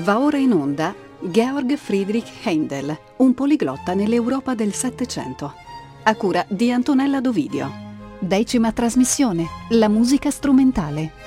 Va ora in onda Georg Friedrich Händel, un poliglotta nell'Europa del Settecento, a cura di Antonella Dovidio. 10ª trasmissione, la musica strumentale.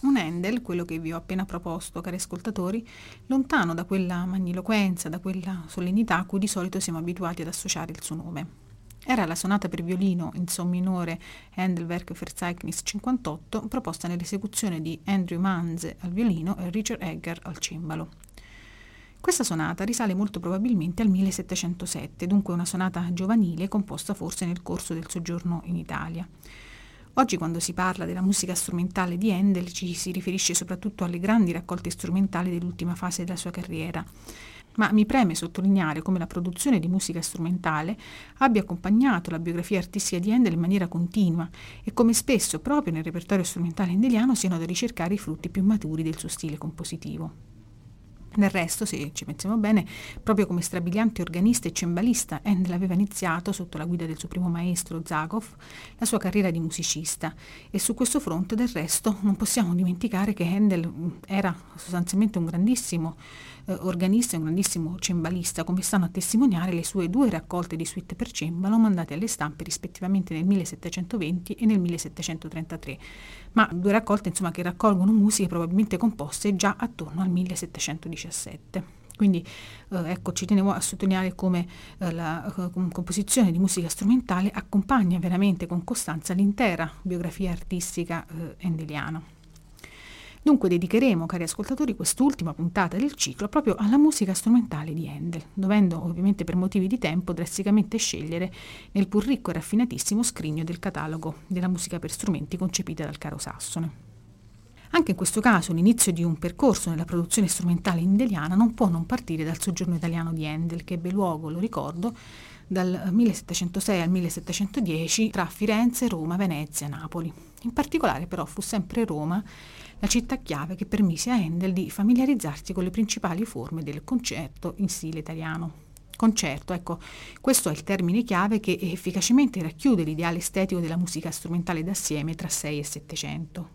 Un Handel, quello che vi ho appena proposto, cari ascoltatori, lontano da quella magniloquenza, da quella solennità a cui di solito siamo abituati ad associare il suo nome. Era la sonata per violino in sol minore Handel Werkverzeichnis 58, proposta nell'esecuzione di Andrew Manze al violino e Richard Egger al cembalo. Questa sonata risale molto probabilmente al 1707, dunque una sonata giovanile composta forse nel corso del soggiorno in Italia. Oggi, quando si parla della musica strumentale di Handel, ci si riferisce soprattutto alle grandi raccolte strumentali dell'ultima fase della sua carriera, ma mi preme sottolineare come la produzione di musica strumentale abbia accompagnato la biografia artistica di Handel in maniera continua e come spesso proprio nel repertorio strumentale handeliano siano da ricercare i frutti più maturi del suo stile compositivo. Del resto, se ci pensiamo bene, proprio come strabiliante organista e cembalista, Handel aveva iniziato, sotto la guida del suo primo maestro Zagov, la sua carriera di musicista, e su questo fronte, del resto, non possiamo dimenticare che Handel era sostanzialmente un grandissimo organista e un grandissimo cembalista, come stanno a testimoniare le sue 2 raccolte di suite per cembalo mandate alle stampe rispettivamente nel 1720 e nel 1733, ma 2 raccolte insomma che raccolgono musiche probabilmente composte già attorno al 1717. Quindi ecco, ci tenevo a sottolineare come la composizione di musica strumentale accompagna veramente con costanza l'intera biografia artistica handeliana. Dunque dedicheremo, cari ascoltatori, quest'ultima puntata del ciclo proprio alla musica strumentale di Handel, dovendo ovviamente per motivi di tempo drasticamente scegliere nel pur ricco e raffinatissimo scrigno del catalogo della musica per strumenti concepita dal caro Sassone. Anche in questo caso l'inizio di un percorso nella produzione strumentale handeliana non può non partire dal soggiorno italiano di Handel, che ebbe luogo, lo ricordo, dal 1706 al 1710 tra Firenze, Roma, Venezia e Napoli. In particolare però fu sempre Roma la città chiave che permise a Handel di familiarizzarsi con le principali forme del concerto in stile italiano. Concerto, ecco, questo è il termine chiave che efficacemente racchiude l'ideale estetico della musica strumentale d'assieme tra 6 e 700.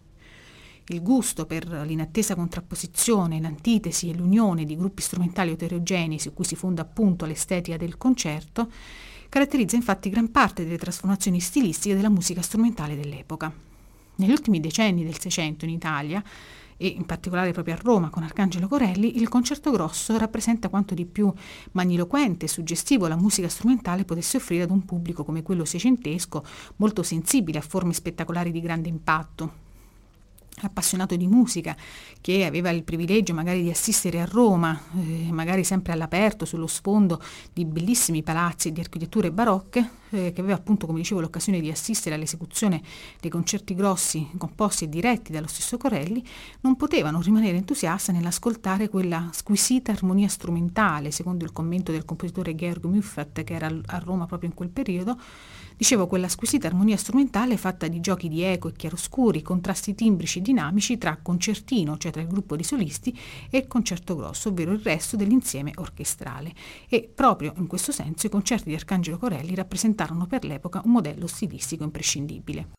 Il gusto per l'inattesa contrapposizione, l'antitesi e l'unione di gruppi strumentali eterogenei su cui si fonda appunto l'estetica del concerto caratterizza infatti gran parte delle trasformazioni stilistiche della musica strumentale dell'epoca. Negli ultimi decenni del Seicento in Italia, e in particolare proprio a Roma con Arcangelo Corelli, il concerto grosso rappresenta quanto di più magniloquente e suggestivo la musica strumentale potesse offrire ad un pubblico come quello seicentesco, molto sensibile a forme spettacolari di grande impatto, appassionato di musica, che aveva il privilegio magari di assistere a Roma, magari sempre all'aperto, sullo sfondo di bellissimi palazzi di architetture barocche, che aveva appunto, come dicevo, l'occasione di assistere all'esecuzione dei concerti grossi composti e diretti dallo stesso Corelli, non poteva non rimanere entusiasta nell'ascoltare quella squisita armonia strumentale, secondo il commento del compositore Georg Müffert, che era a Roma proprio in quel periodo. Dicevo, quella squisita armonia strumentale fatta di giochi di eco e chiaroscuri, contrasti timbrici e dinamici tra concertino, cioè tra il gruppo di solisti, e il concerto grosso, ovvero il resto dell'insieme orchestrale. E proprio in questo senso i concerti di Arcangelo Corelli rappresentarono per l'epoca un modello stilistico imprescindibile.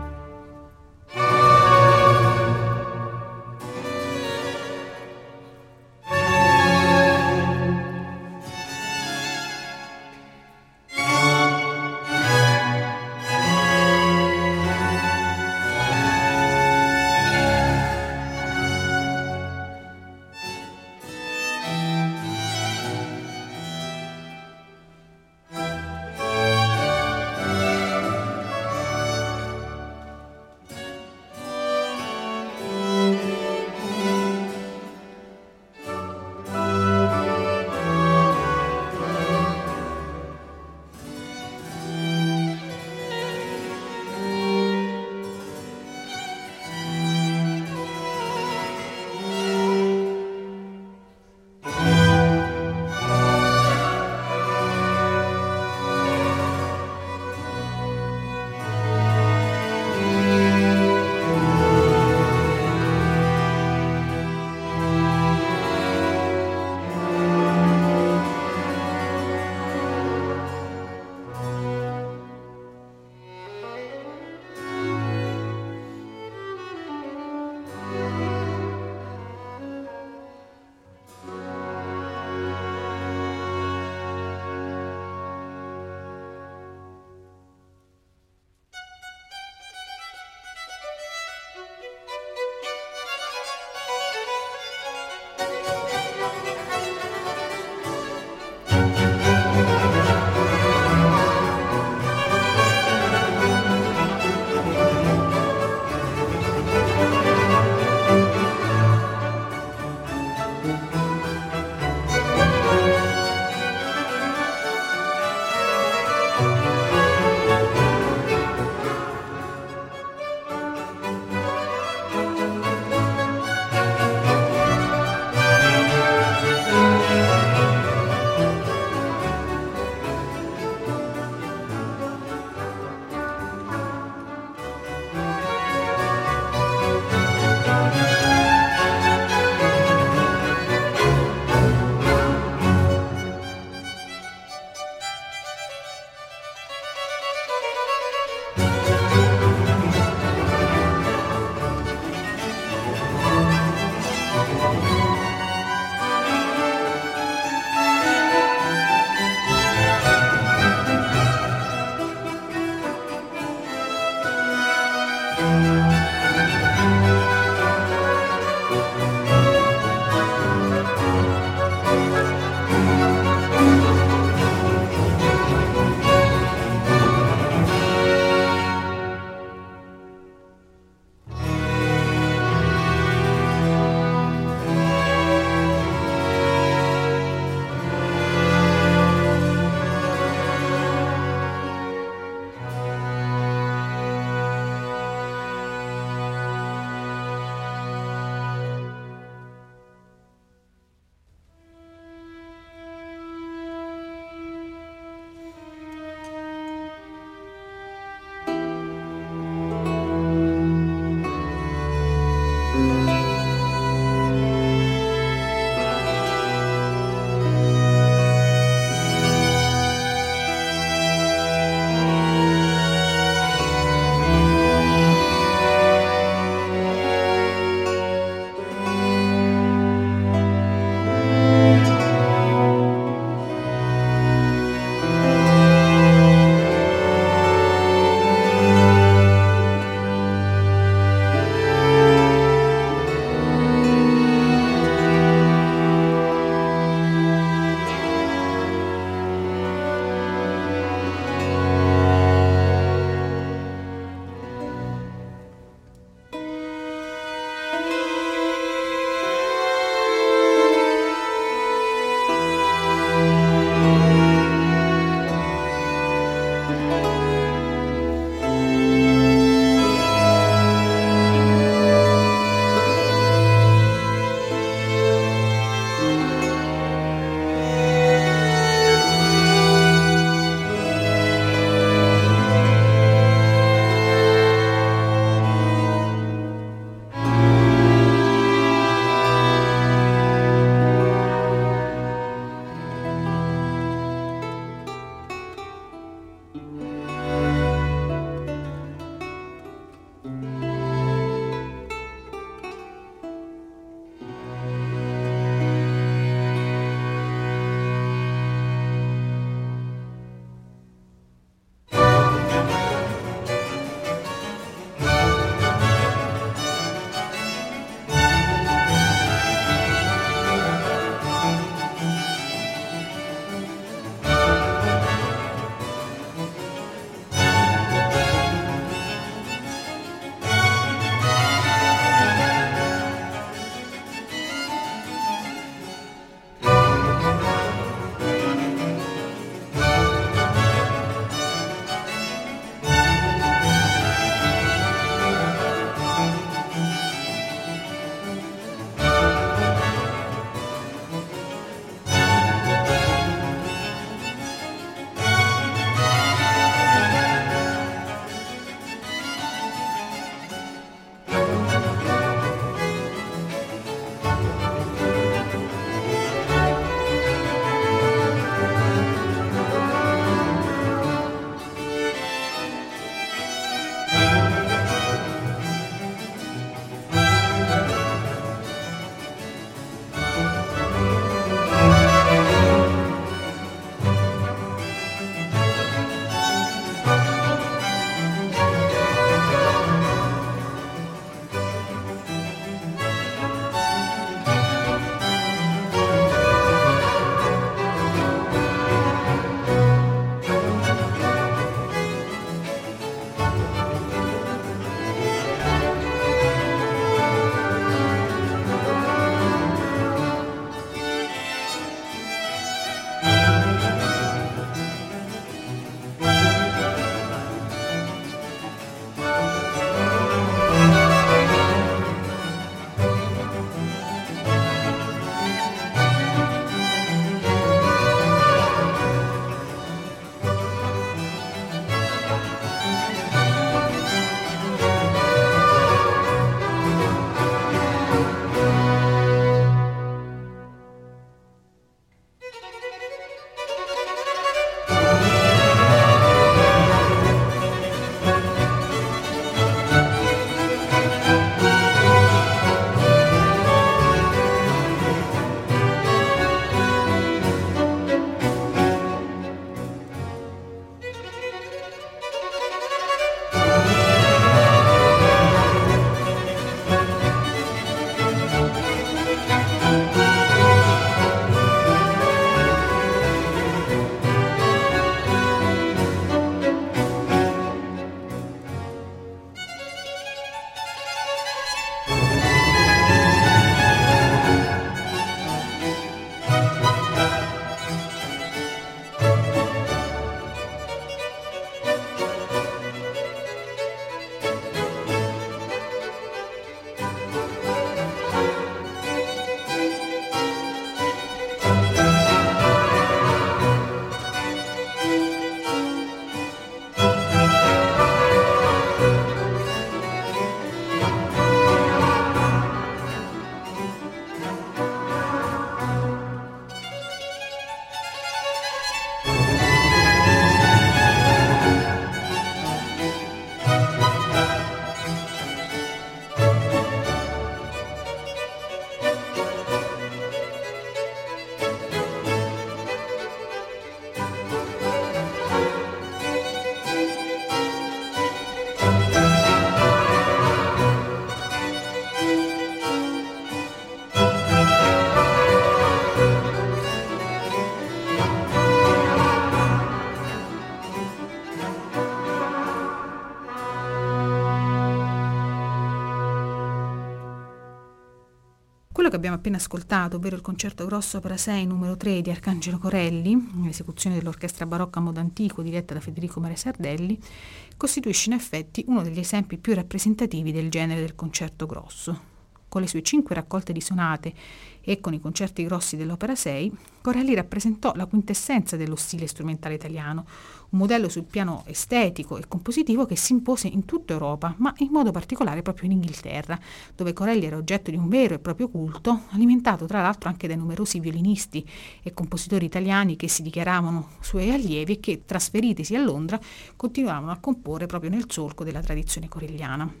Quello che abbiamo appena ascoltato, ovvero il concerto grosso opera 6 numero 3 di Arcangelo Corelli, l'esecuzione dell'orchestra barocca Modo Antico diretta da Federico Maria Sardelli, costituisce in effetti uno degli esempi più rappresentativi del genere del concerto grosso. Con le sue 5 raccolte di sonate e con i concerti grossi dell'opera 6, Corelli rappresentò la quintessenza dello stile strumentale italiano, un modello sul piano estetico e compositivo che si impose in tutta Europa, ma in modo particolare proprio in Inghilterra, dove Corelli era oggetto di un vero e proprio culto, alimentato tra l'altro anche dai numerosi violinisti e compositori italiani che si dichiaravano suoi allievi e che, trasferitisi a Londra, continuavano a comporre proprio nel solco della tradizione corelliana.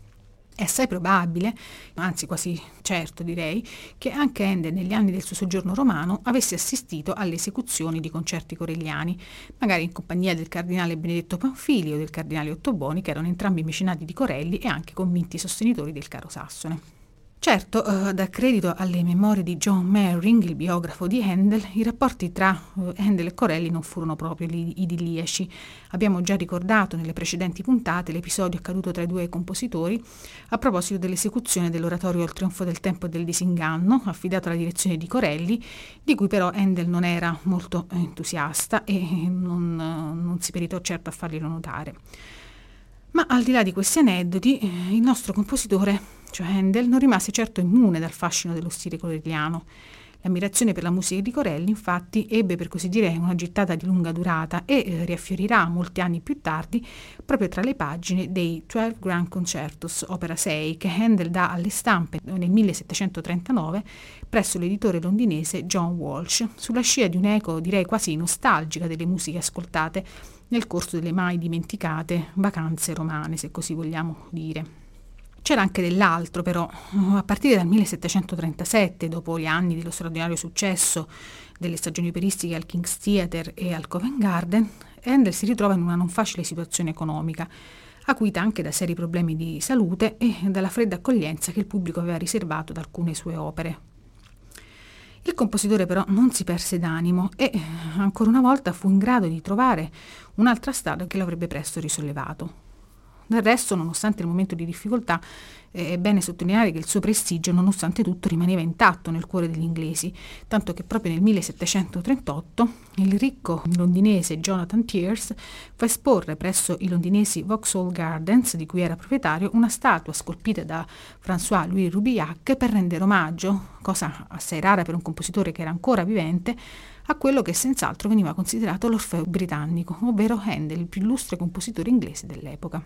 È assai probabile, anzi quasi certo direi, che anche Handel negli anni del suo soggiorno romano avesse assistito alle esecuzioni di concerti corelliani, magari in compagnia del cardinale Benedetto Pamphili o del cardinale Ottoboni, che erano entrambi mecenati di Corelli e anche convinti sostenitori del caro Sassone. Certo, dà credito alle memorie di John Merring, il biografo di Handel, i rapporti tra Handel e Corelli non furono proprio idilliaci. Abbiamo già ricordato nelle precedenti puntate l'episodio accaduto tra i due compositori a proposito dell'esecuzione dell'oratorio Il trionfo del tempo e del disinganno, affidato alla direzione di Corelli, di cui però Handel non era molto entusiasta e non si peritò certo a farglielo notare. Ma al di là di questi aneddoti, il nostro compositore, cioè Handel, non rimase certo immune dal fascino dello stile corelliano. L'ammirazione per la musica di Corelli, infatti, ebbe per così dire una gittata di lunga durata e riaffiorirà molti anni più tardi proprio tra le pagine dei 12 Grand Concertos, opera 6, che Handel dà alle stampe nel 1739 presso l'editore londinese John Walsh, sulla scia di un'eco direi quasi nostalgica delle musiche ascoltate nel corso delle mai dimenticate vacanze romane, se così vogliamo dire. C'era anche dell'altro però. A partire dal 1737, dopo gli anni dello straordinario successo delle stagioni operistiche al King's Theatre e al Covent Garden, Handel si ritrova in una non facile situazione economica, acuita anche da seri problemi di salute e dalla fredda accoglienza che il pubblico aveva riservato ad alcune sue opere. Il compositore però non si perse d'animo e ancora una volta fu in grado di trovare un'altra strada che lo avrebbe presto risollevato. Del resto, nonostante il momento di difficoltà, è bene sottolineare che il suo prestigio, nonostante tutto, rimaneva intatto nel cuore degli inglesi, tanto che proprio nel 1738 il ricco londinese Jonathan Thiers fa esporre presso i londinesi Vauxhall Gardens, di cui era proprietario, una statua scolpita da François-Louis Roubilliac per rendere omaggio, cosa assai rara per un compositore che era ancora vivente, a quello che senz'altro veniva considerato l'Orfeo britannico, ovvero Handel, il più illustre compositore inglese dell'epoca.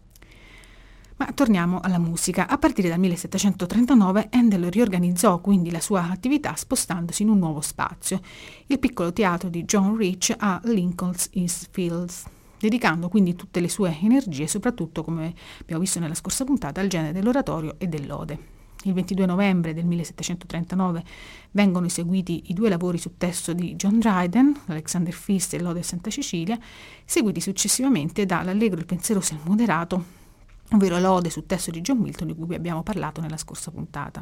Ma torniamo alla musica. A partire dal 1739 Handel riorganizzò quindi la sua attività spostandosi in un nuovo spazio, il piccolo teatro di John Rich a Lincoln's Inn Fields, dedicando quindi tutte le sue energie, soprattutto, come abbiamo visto nella scorsa puntata, al genere dell'oratorio e dell'ode. Il 22 novembre del 1739 vengono eseguiti i 2 lavori su testo di John Dryden, l'Alexander Feast e l'Ode a Santa Cecilia, seguiti successivamente dall'Allegro il pensieroso e il moderato, ovvero l'Ode su testo di John Milton, di cui vi abbiamo parlato nella scorsa puntata.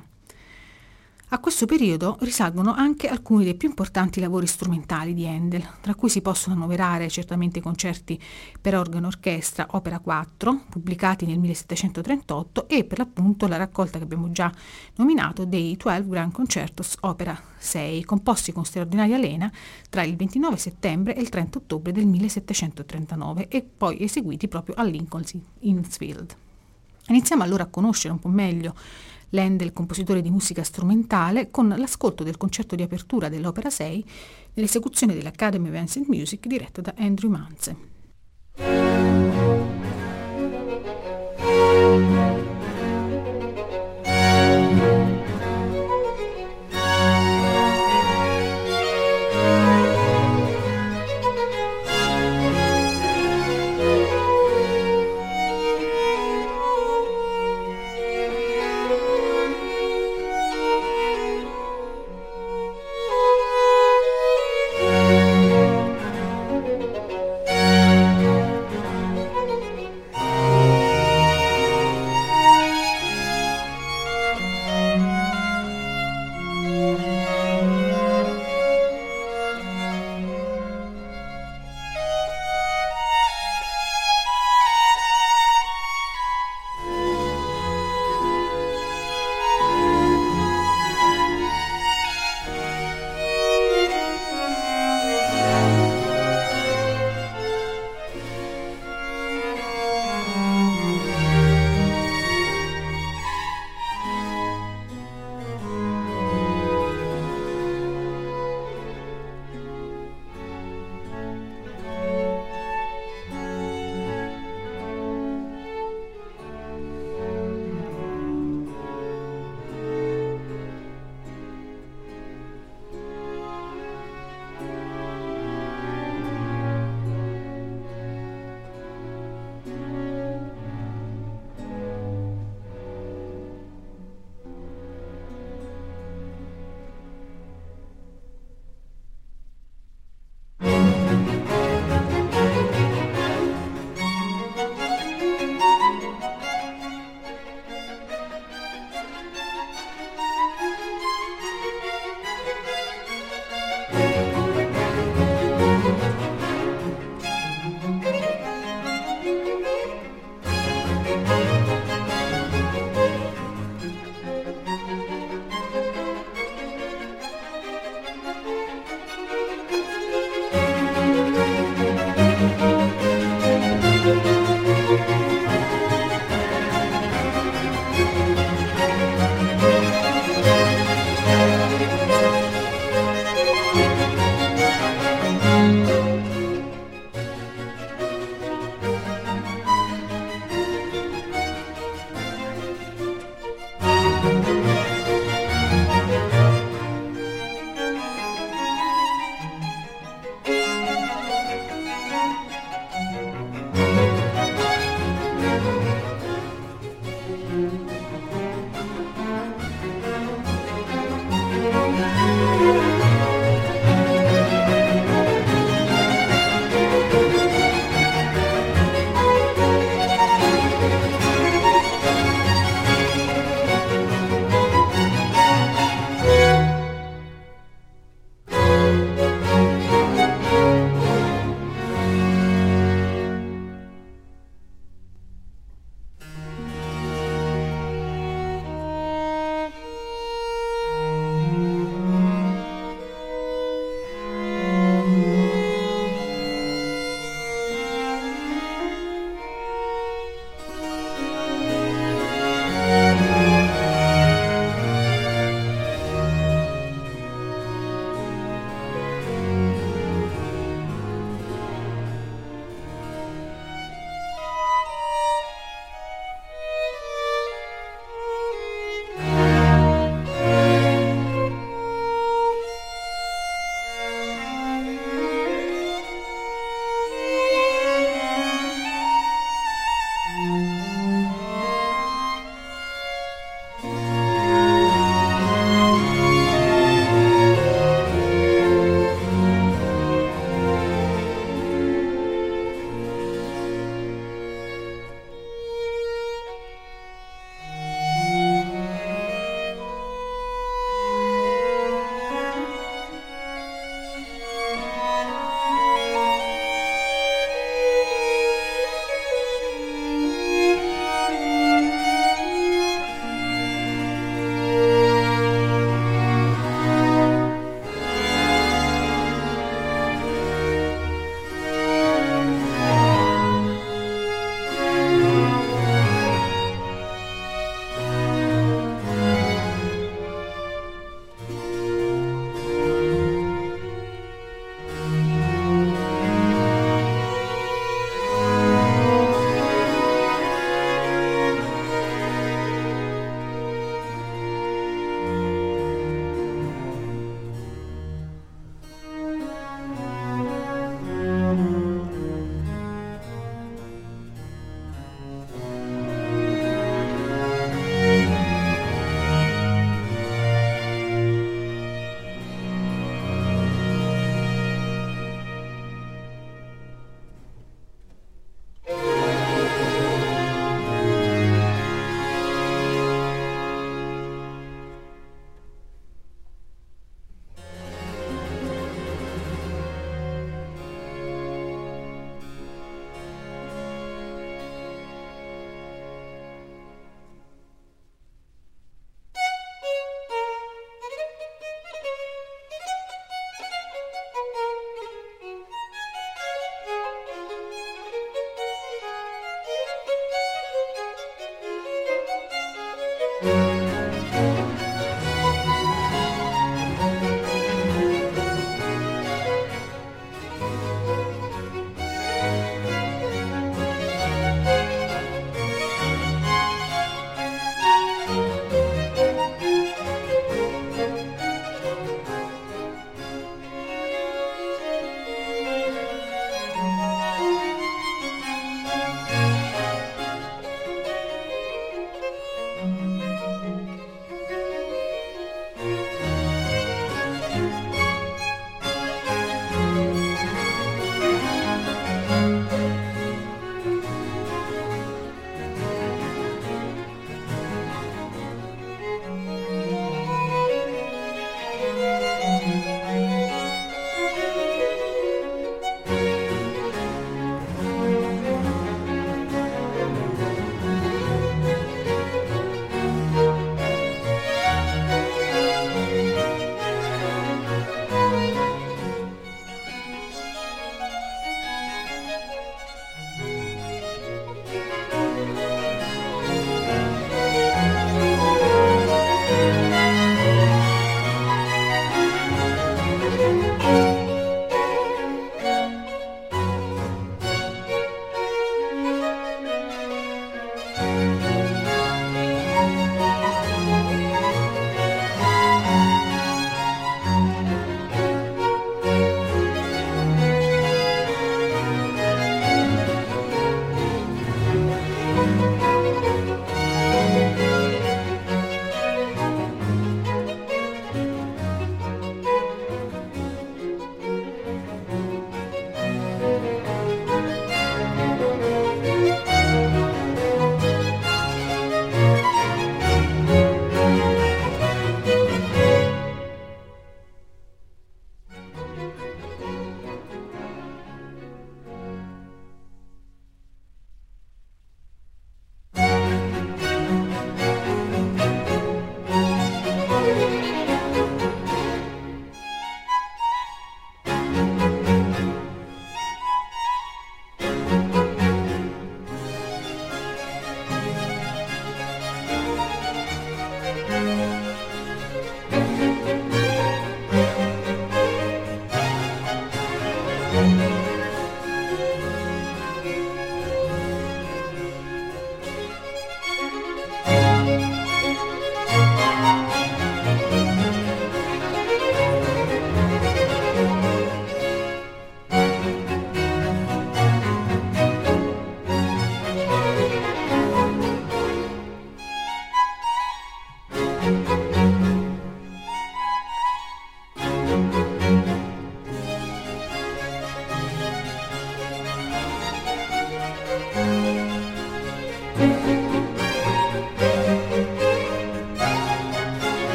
A questo periodo risalgono anche alcuni dei più importanti lavori strumentali di Handel, tra cui si possono annoverare certamente i concerti per organo orchestra opera 4, pubblicati nel 1738, e per l'appunto la raccolta che abbiamo già nominato dei 12 Grand Concertos opera 6, composti con straordinaria lena tra il 29 settembre e il 30 ottobre del 1739 e poi eseguiti proprio a Lincoln's Inn Fields. Iniziamo allora a conoscere un po' meglio Handel, compositore di musica strumentale, con l'ascolto del concerto di apertura dell'opera 6 nell'esecuzione dell'Academy of Ancient Music diretto da Andrew Manze.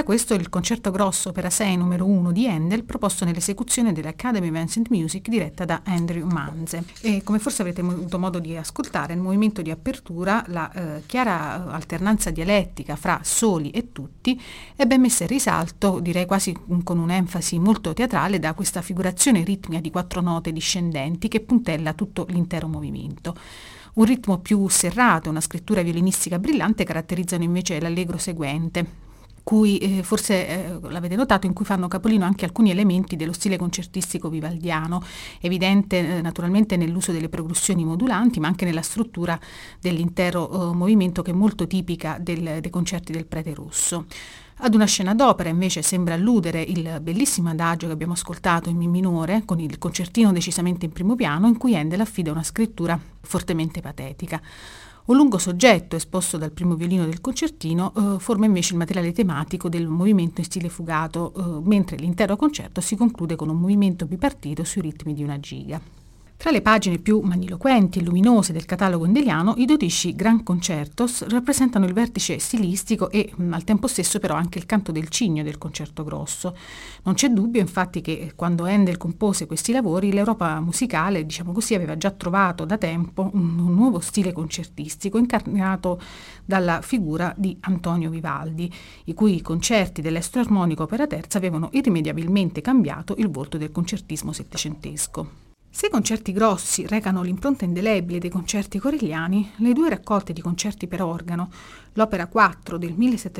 questo il concerto grosso opera 6 numero 1 di Handel, proposto nell'esecuzione dell'Academy of Ancient Music diretta da Andrew Manze. E come forse avrete avuto modo di ascoltare, nel movimento di apertura la chiara alternanza dialettica fra soli e tutti è ben messa in risalto, direi quasi con un'enfasi molto teatrale, da questa figurazione ritmica di 4 note discendenti che puntella tutto l'intero movimento. Un ritmo più serrato e una scrittura violinistica brillante caratterizzano invece l'allegro seguente, cui forse l'avete notato, in cui fanno capolino anche alcuni elementi dello stile concertistico vivaldiano, evidente naturalmente nell'uso delle progressioni modulanti, ma anche nella struttura dell'intero movimento, che è molto tipica dei concerti del Prete Rosso. Ad una scena d'opera invece sembra alludere il bellissimo adagio che abbiamo ascoltato in Mi minore, con il concertino decisamente in primo piano, in cui Handel affida una scrittura fortemente patetica. Un lungo soggetto esposto dal primo violino del concertino forma invece il materiale tematico del movimento in stile fugato, mentre l'intero concerto si conclude con un movimento bipartito sui ritmi di una giga. Tra le pagine più magniloquenti e luminose del catalogo handeliano, i 12 Gran Concertos rappresentano il vertice stilistico e al tempo stesso però anche il canto del cigno del concerto grosso. Non c'è dubbio infatti che quando Handel compose questi lavori l'Europa musicale, diciamo così, aveva già trovato da tempo un nuovo stile concertistico incarnato dalla figura di Antonio Vivaldi, i cui concerti dell'estro armonico opera terza avevano irrimediabilmente cambiato il volto del concertismo settecentesco. Se i concerti grossi recano l'impronta indelebile dei concerti corelliani, le 2 raccolte di concerti per organo, l'opera 4 del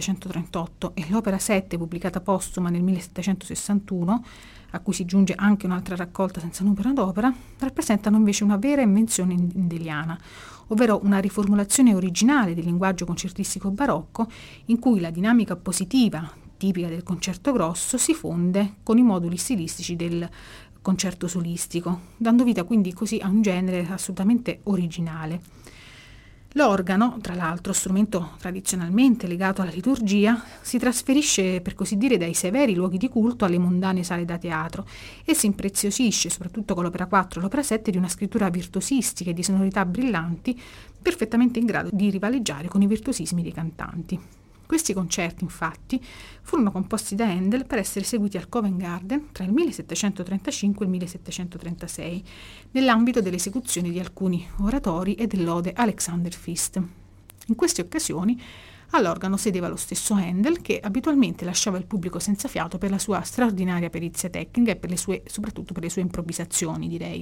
1738 e l'opera 7 pubblicata postuma nel 1761, a cui si giunge anche un'altra raccolta senza numero d'opera, rappresentano invece una vera invenzione handeliana, ovvero una riformulazione originale del linguaggio concertistico barocco, in cui la dinamica positiva tipica del concerto grosso si fonde con i moduli stilistici del concerto solistico, dando vita quindi così a un genere assolutamente originale. L'organo, tra l'altro strumento tradizionalmente legato alla liturgia, si trasferisce per così dire dai severi luoghi di culto alle mondane sale da teatro e si impreziosisce, soprattutto con l'opera 4 e l'opera 7, di una scrittura virtuosistica e di sonorità brillanti, perfettamente in grado di rivaleggiare con i virtuosismi dei cantanti. Questi concerti, infatti, furono composti da Handel per essere eseguiti al Covent Garden tra il 1735 e il 1736, nell'ambito delle esecuzioni di alcuni oratori e dell'ode Alexander Fist. In queste occasioni all'organo sedeva lo stesso Handel, che abitualmente lasciava il pubblico senza fiato per la sua straordinaria perizia tecnica e soprattutto per le sue improvvisazioni, direi.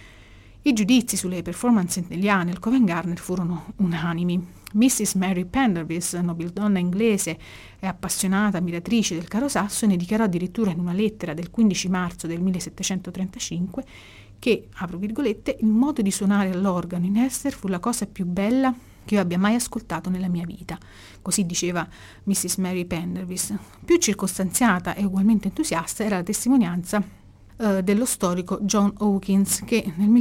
I giudizi sulle performance handeliane al Covent Garden furono unanimi. Mrs. Mary Pendervis, nobildonna inglese e appassionata ammiratrice del caro sasso, ne dichiarò addirittura in una lettera del 15 marzo del 1735 che, apro virgolette, il modo di suonare all'organo in Esther fu la cosa più bella che io abbia mai ascoltato nella mia vita. Così diceva Mrs. Mary Pendervis. Più circostanziata e ugualmente entusiasta era la testimonianza dello storico John Hawkins, che nel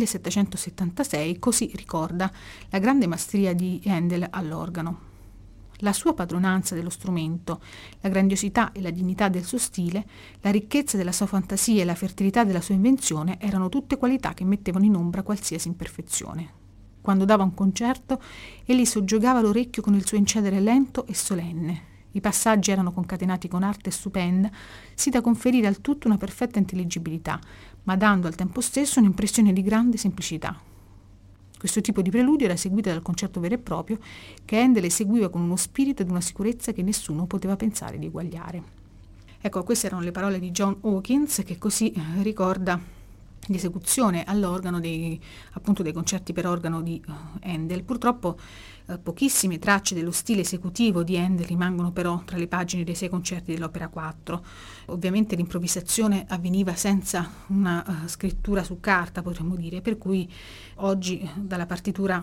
1776 così ricorda la grande maestria di Handel all'organo. La sua padronanza dello strumento, la grandiosità e la dignità del suo stile, la ricchezza della sua fantasia e la fertilità della sua invenzione erano tutte qualità che mettevano in ombra qualsiasi imperfezione. Quando dava un concerto, egli soggiogava l'orecchio con il suo incedere lento e solenne. I passaggi erano concatenati con arte stupenda, sì da conferire al tutto una perfetta intelligibilità, ma dando al tempo stesso un'impressione di grande semplicità. Questo tipo di preludio era seguito dal concerto vero e proprio, che Handel eseguiva con uno spirito ed una sicurezza che nessuno poteva pensare di eguagliare. Ecco, queste erano le parole di John Hawkins, che così ricorda l'esecuzione all'organo dei concerti per organo di Handel. Purtroppo pochissime tracce dello stile esecutivo di Handel rimangono però tra le pagine dei 6 concerti dell'opera 4. Ovviamente l'improvvisazione avveniva senza una scrittura su carta, potremmo dire, per cui oggi dalla partitura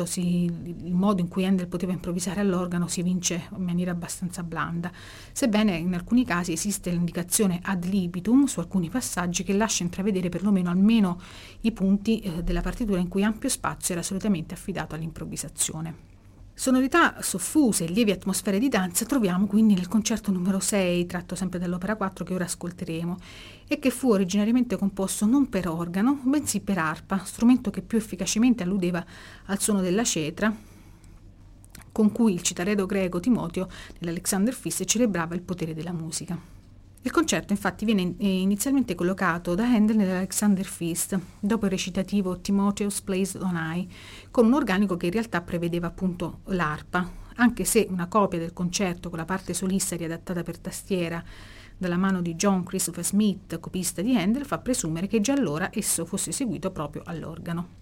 il modo in cui Handel poteva improvvisare all'organo si evince in maniera abbastanza blanda, sebbene in alcuni casi esiste l'indicazione ad libitum su alcuni passaggi che lascia intravedere perlomeno almeno i punti della partitura in cui ampio spazio era solitamente affidato all'improvvisazione. Sonorità soffuse e lievi atmosfere di danza troviamo quindi nel concerto numero 6, tratto sempre dall'opera 4 che ora ascolteremo, e che fu originariamente composto non per organo, bensì per arpa, strumento che più efficacemente alludeva al suono della cetra, con cui il citaredo greco Timoteo nell'Alexander Feast celebrava il potere della musica. Il concerto infatti viene inizialmente collocato da Handel nell'Alexander Feast, dopo il recitativo Timotheus Placed on High, con un organico che in realtà prevedeva appunto l'arpa, anche se una copia del concerto con la parte solista riadattata per tastiera dalla mano di John Christopher Smith, copista di Handel, fa presumere che già allora esso fosse eseguito proprio all'organo.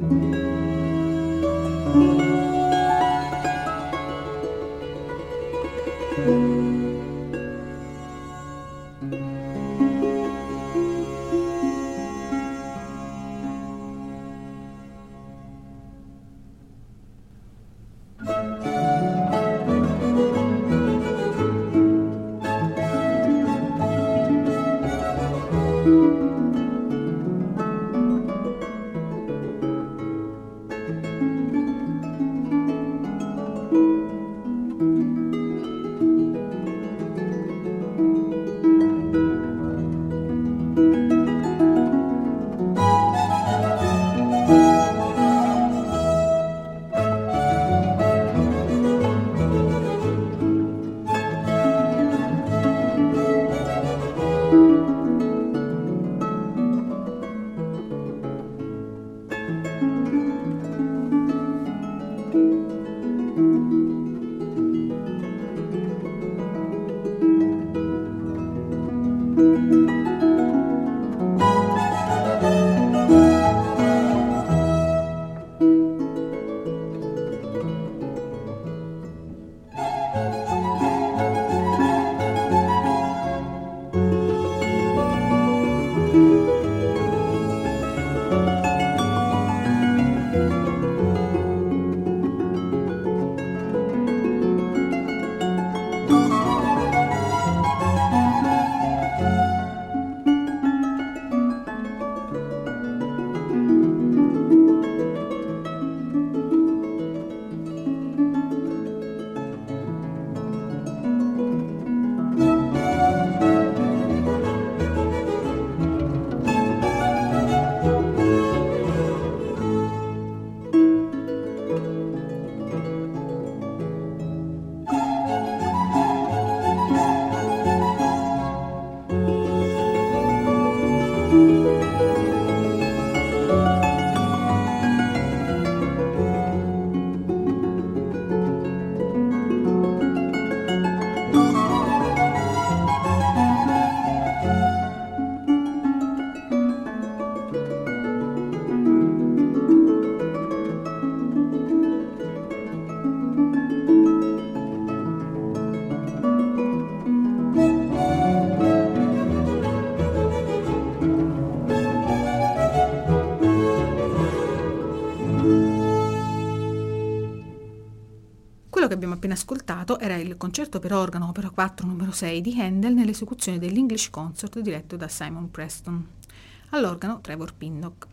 Quello che abbiamo appena ascoltato era il concerto per organo opera 4 numero 6 di Handel nell'esecuzione dell'English Consort diretto da Simon Preston. All'organo Trevor Pinnock.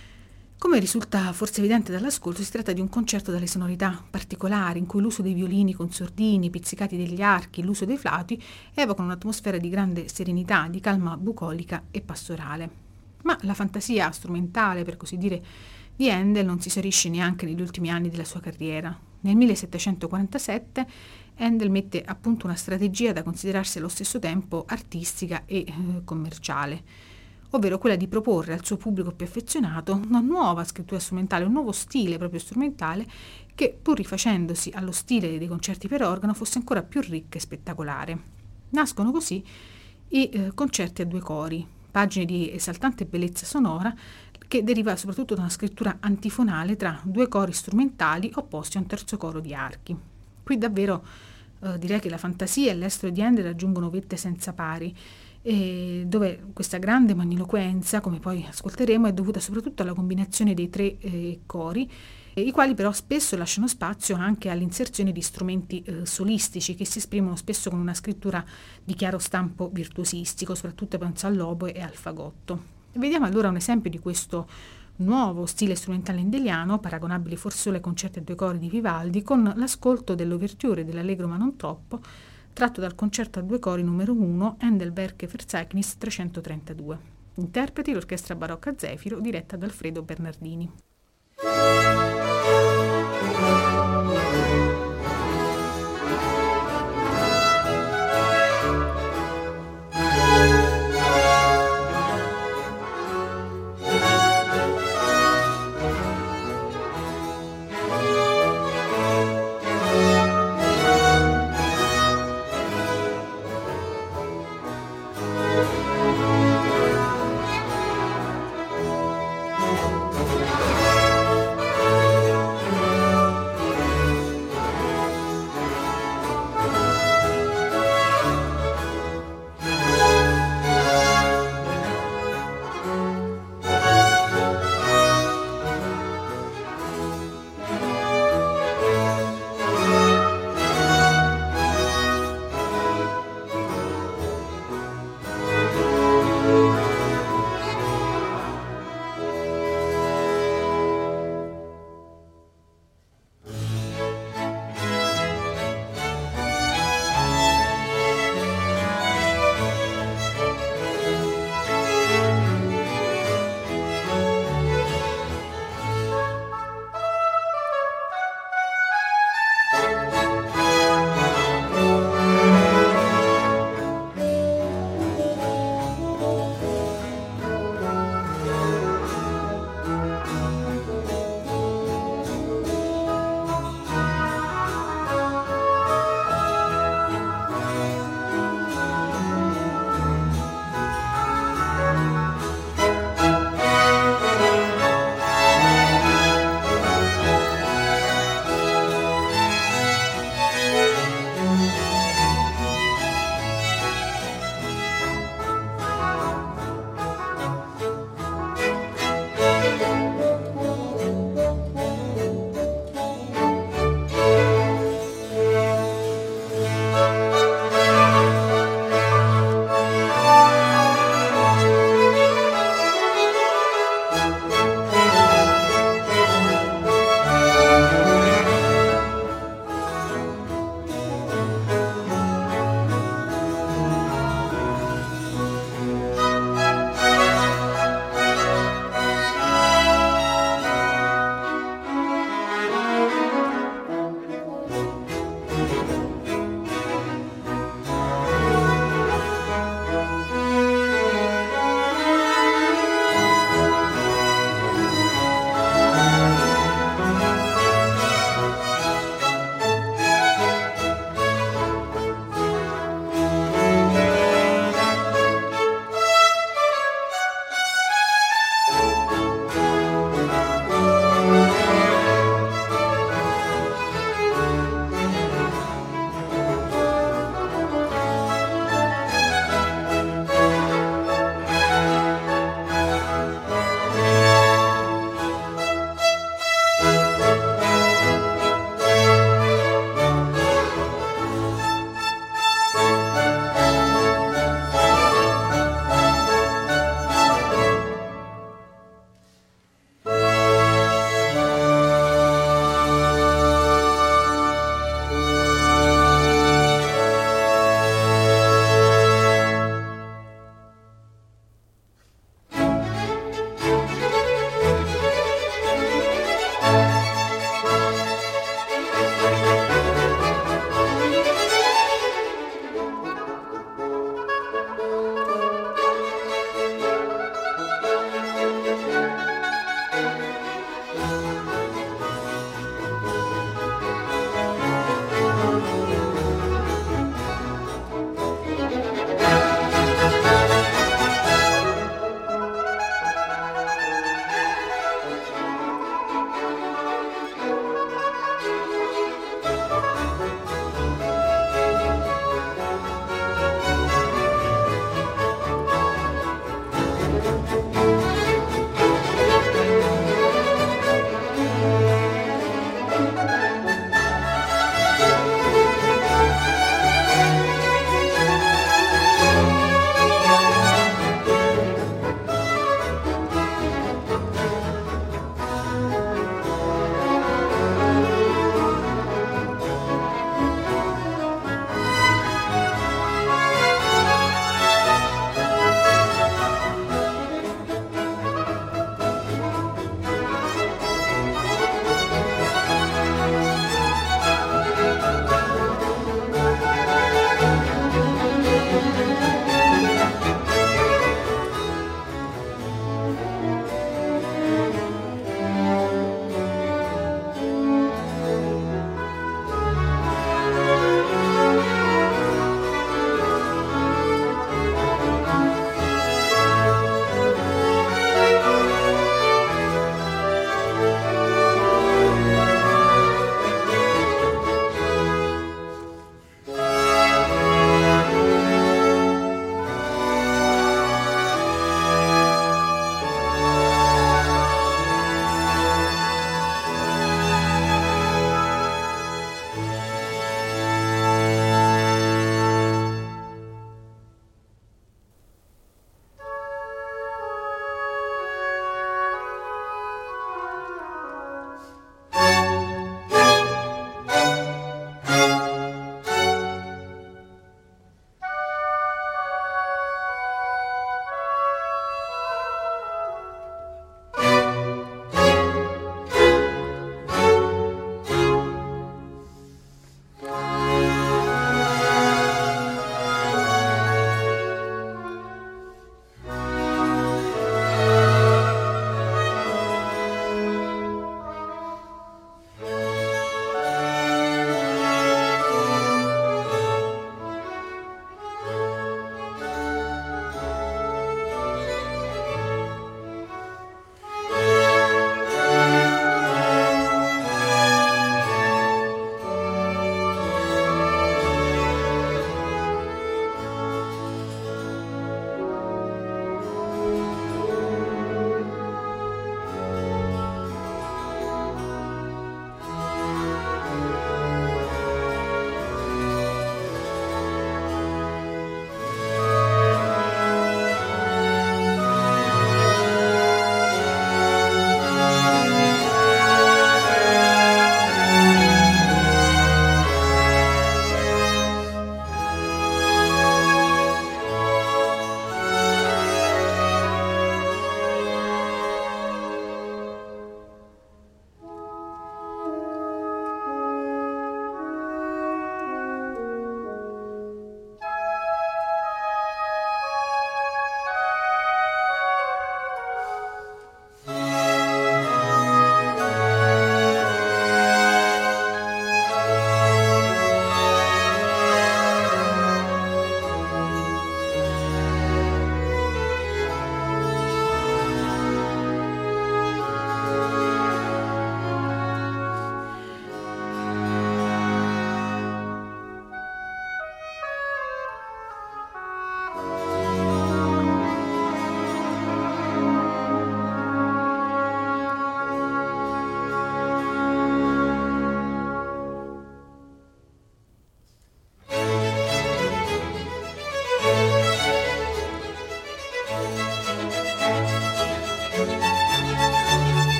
Come risulta forse evidente dall'ascolto, si tratta di un concerto dalle sonorità particolari, in cui l'uso dei violini con sordini, pizzicati degli archi, l'uso dei flauti evocano un'atmosfera di grande serenità, di calma bucolica e pastorale. Ma la fantasia strumentale, per così dire, di Handel non si esaurisce neanche negli ultimi anni della sua carriera. Nel 1747 Handel mette a punto una strategia da considerarsi allo stesso tempo artistica e commerciale, ovvero quella di proporre al suo pubblico più affezionato una nuova scrittura strumentale, un nuovo stile proprio strumentale che, pur rifacendosi allo stile dei concerti per organo, fosse ancora più ricco e spettacolare. Nascono così i concerti a due cori, pagine di esaltante bellezza sonora che deriva soprattutto da una scrittura antifonale tra due cori strumentali opposti a un terzo coro di archi. Qui davvero direi che la fantasia e l'estro di Handel raggiungono vette senza pari, dove questa grande magniloquenza, come poi ascolteremo, è dovuta soprattutto alla combinazione dei tre cori, i quali però spesso lasciano spazio anche all'inserzione di strumenti solistici che si esprimono spesso con una scrittura di chiaro stampo virtuosistico, soprattutto penso all'oboe e al fagotto. Vediamo allora un esempio di questo nuovo stile strumentale handeliano, paragonabile forse solo ai concerti a due cori di Vivaldi, con l'ascolto dell'ouverture dell'Allegro ma non troppo, tratto dal concerto a due cori numero 1 Handel-Werke Verzeichnis 332. Interpreti l'Orchestra Barocca Zefiro, diretta da Alfredo Bernardini.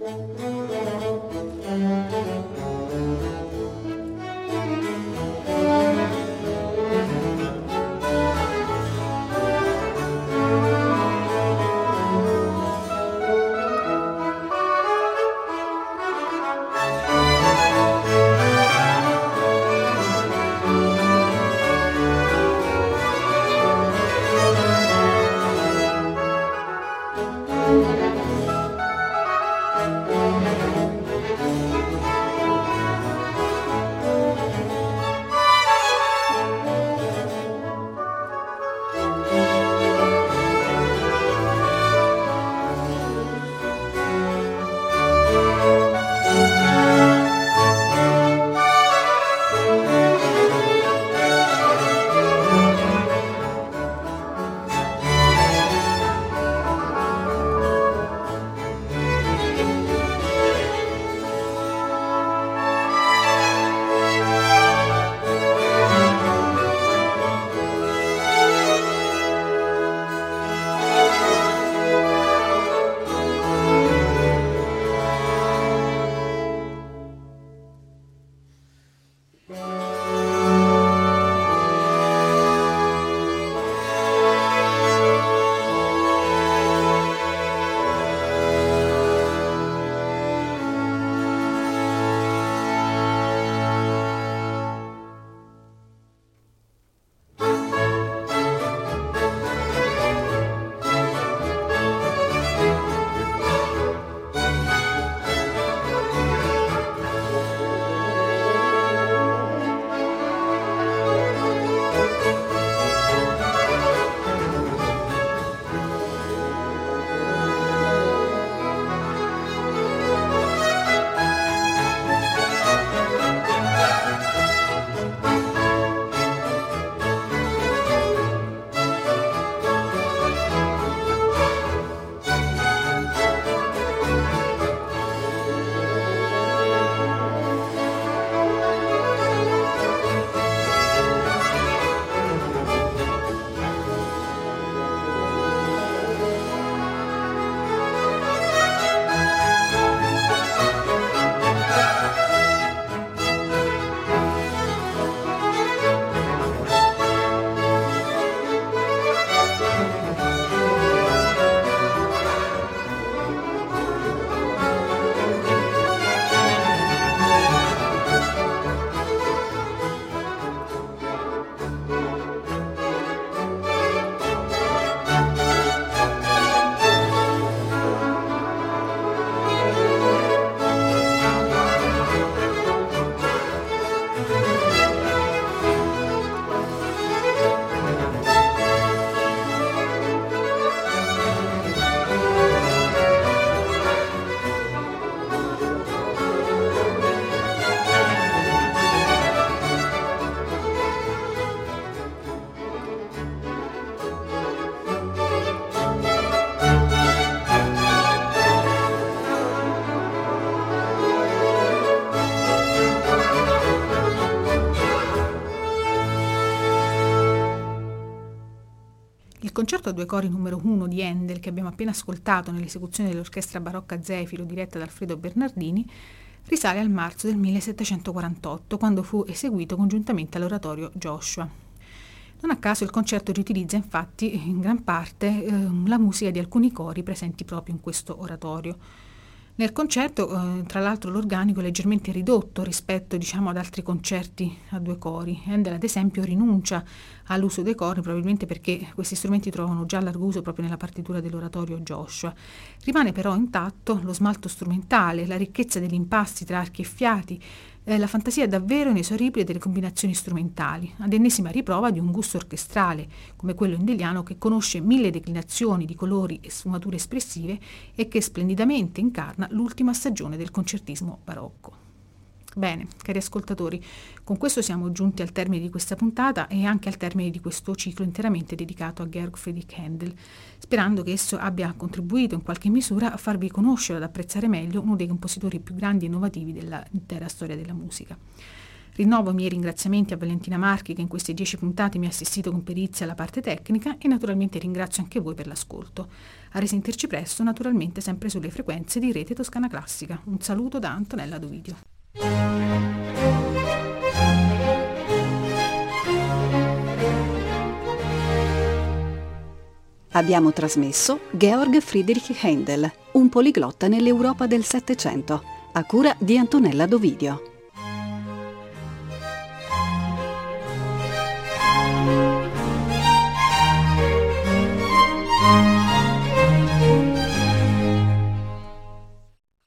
concerto a due cori numero 1 di Handel, che abbiamo appena ascoltato nell'esecuzione dell'orchestra barocca Zefiro diretta da Alfredo Bernardini, risale al marzo del 1748, quando fu eseguito congiuntamente all'oratorio Joshua. Non a caso il concerto riutilizza infatti in gran parte la musica di alcuni cori presenti proprio in questo oratorio. Nel concerto, tra l'altro, l'organico è leggermente ridotto rispetto, ad altri concerti a due cori. Handel, ad esempio, rinuncia all'uso dei cori, probabilmente perché questi strumenti trovano già largo uso proprio nella partitura dell'oratorio Joshua. Rimane però intatto lo smalto strumentale, la ricchezza degli impasti tra archi e fiati, la fantasia davvero inesauribile delle combinazioni strumentali, ad ennesima riprova di un gusto orchestrale, come quello handeliano, che conosce 1000 declinazioni di colori e sfumature espressive e che splendidamente incarna l'ultima stagione del concertismo barocco. Bene, cari ascoltatori, con questo siamo giunti al termine di questa puntata e anche al termine di questo ciclo interamente dedicato a Georg Friedrich Händel, sperando che esso abbia contribuito in qualche misura a farvi conoscere ed apprezzare meglio uno dei compositori più grandi e innovativi dell'intera storia della musica. Rinnovo i miei ringraziamenti a Valentina Marchi, che in queste 10 puntate mi ha assistito con perizia alla parte tecnica, e naturalmente ringrazio anche voi per l'ascolto. A risentirci presto, naturalmente sempre sulle frequenze di Rete Toscana Classica. Un saluto da Antonella Dovidio. Abbiamo trasmesso Georg Friedrich Händel, un poliglotta nell'Europa del Settecento, a cura di Antonella Dovidio.